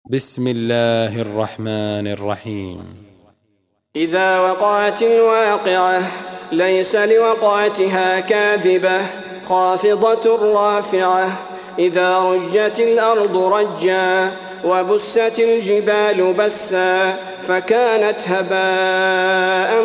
بسم الله الرحمن الرحيم. إذا وقعت الواقعة ليس لوقعتها كاذبة خافضة رافعة. إذا رجت الأرض رجا وبست الجبال بسا فكانت هباء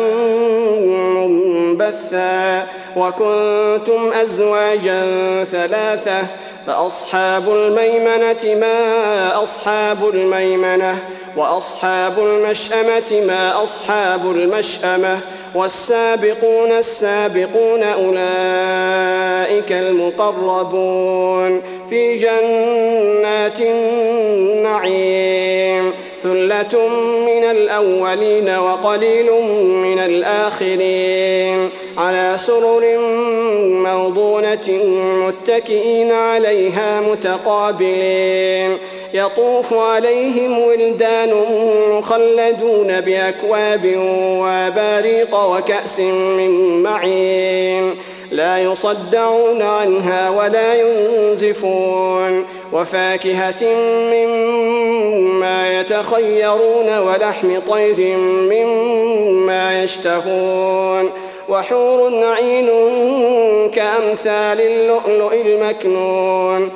منبثا. وكنتم أزواجا ثلاثة فأصحاب الميمنة ما أصحاب الميمنة وأصحاب المشأمة ما أصحاب المشأمة. والسابقون السابقون أولئك المقربون في جنات النعيم. ثلة من الأولين وقليل من الآخرين على سرر موضونة متكئين عليها متقابلين. يطوف عليهم ولدان مخلدون بأكواب وأباريق وكأس من معين لا يصدعون عنها ولا ينزفون. وفاكهة مما يتخيرون ولحم طير مما يشتهون. وحور عين كأمثال اللؤلؤ المكنون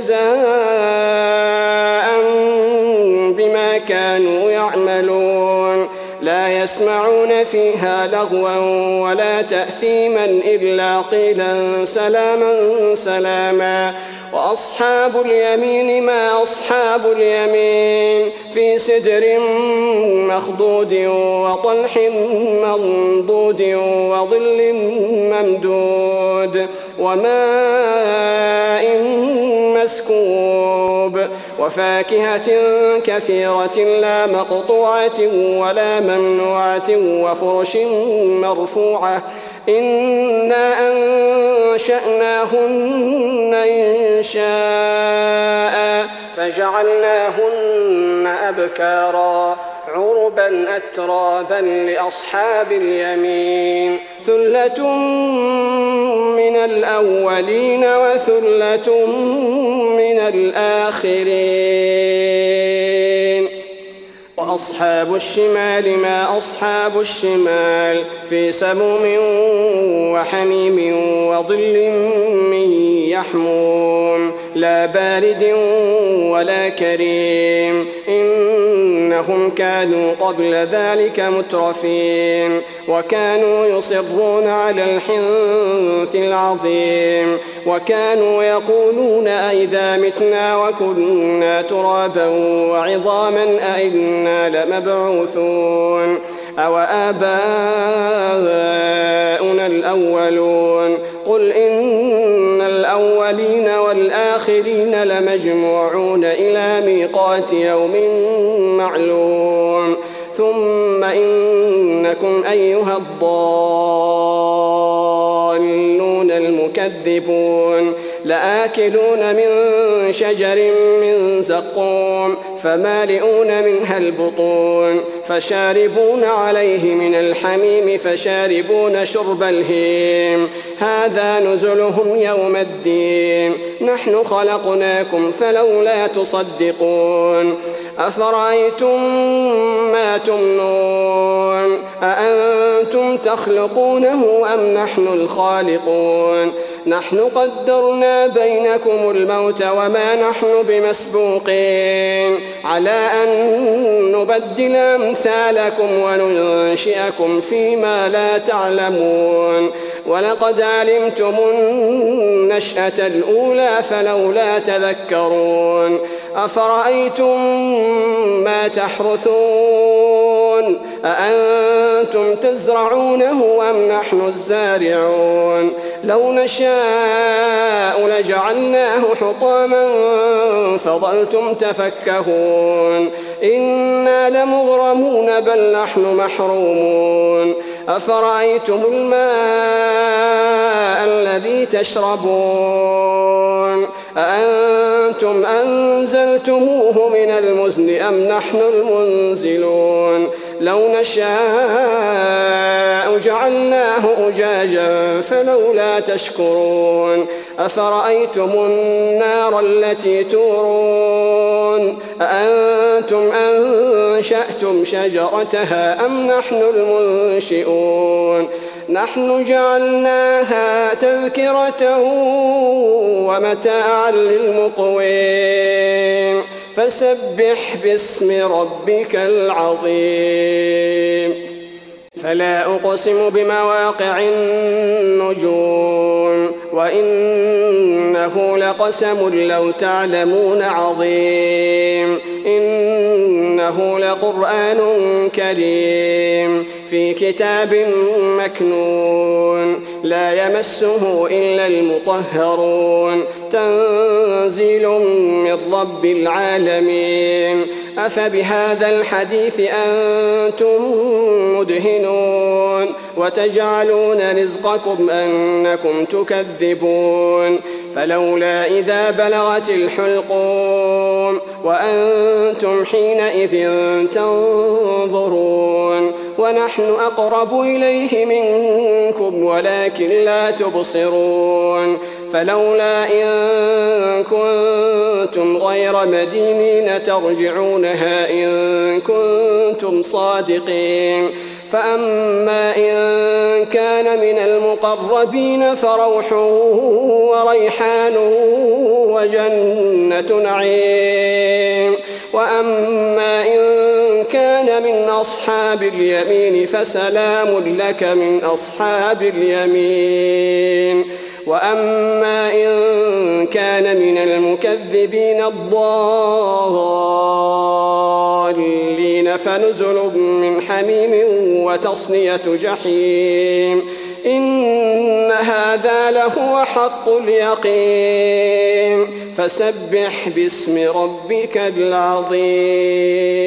جزاء بما كانوا يعملون. لا يسمعون فيها لغوا ولا تأثيما إلا قيلا سلاما سلاما. وأصحاب اليمين ما أصحاب اليمين في سدر مخضود وطلح منضود وظل ممدود وماء مسكوب. وفاكهة كثيرة لا مقطوعة ولا ممنوعة وفرش مرفوعة. إنا أنشأناهن إنشاء فجعلناهن أبكارا عربا أترابا لأصحاب اليمين. ثلة من الأولين وثلة من الآخرين. وأصحاب الشمال ما أصحاب الشمال في سموم وحميم وظل من يحموم لا بارد ولا كريم. إنهم كانوا قبل ذلك مترفين وكانوا يصرون على الحنث العظيم. وكانوا يقولون أئذا متنا وكنا ترابا وعظاما أئنا لمبعوثون أو آباؤنا الأولون. قل إن الأولين والآخرين لمجموعون إلى ميقات يوم معلوم. ثم إنكم أيها الضالون المكذبون لآكلون من شجر من زقوم فمالئون منها البطون فشاربون عليه من الحميم فشاربون شرب الهيم. هذا نزلهم يوم الدين. نحن خلقناكم فلولا تصدقون. أفرأيتم ما تمنون أأنتم تخلقونه أم نحن الخالقون. نحن قدرنا بينكم الموت وما نحن بمسبوقين على أن نبدل أمثالكم وننشئكم فيما لا تعلمون. ولقد علمتم النشأة الأولى فلولا تذكرون. أفرأيتم ما تحرثون أأنتم تزرعونه أم نحن الزارعون. لو نشاء لجعلناه حطاما فظلتم تفكهون. إنا لمغرمون بل نحن محرومون. أفرأيتم الماء الذي تشربون أأنتم أنزلتموه من المزن أم نحن المنزلون لو نشاء جعلناه أجاجا فلولا تشكرون أفرأيتم النار التي تورون أأنتم أنشأتم شجرتها أم نحن المنشئون نحن جعلناها تذكرة ومتاعا للمقوين فسبح باسم ربك العظيم فلا أقسم بمواقع النجوم وإنه لقسم لو تعلمون عظيم إنه لقرآن كريم في كتاب مكنون لا يمسه إلا المطهرون تنزيل من رب العالمين أفبهذا الحديث أنتم مدهنون وتجعلون رزقكم أنكم تكذبون فلولا إذا بلغت الحلقوم وأنتم حينئذ تنظرون ونحن أقرب إليه منكم ولكن لا تبصرون فلولا إن كنتم غير مدينين ترجعونها إن كنتم صادقين فأما إن كان من المقربين فروح وريحان وجنة نعيم وأما إن كان من أصحاب اليمين فسلام لك من أصحاب اليمين وأما إن كان من المكذبين الضالين فنزل من حميم وتصلية جحيم إن هذا لهو حق اليقين فسبح باسم ربك العظيم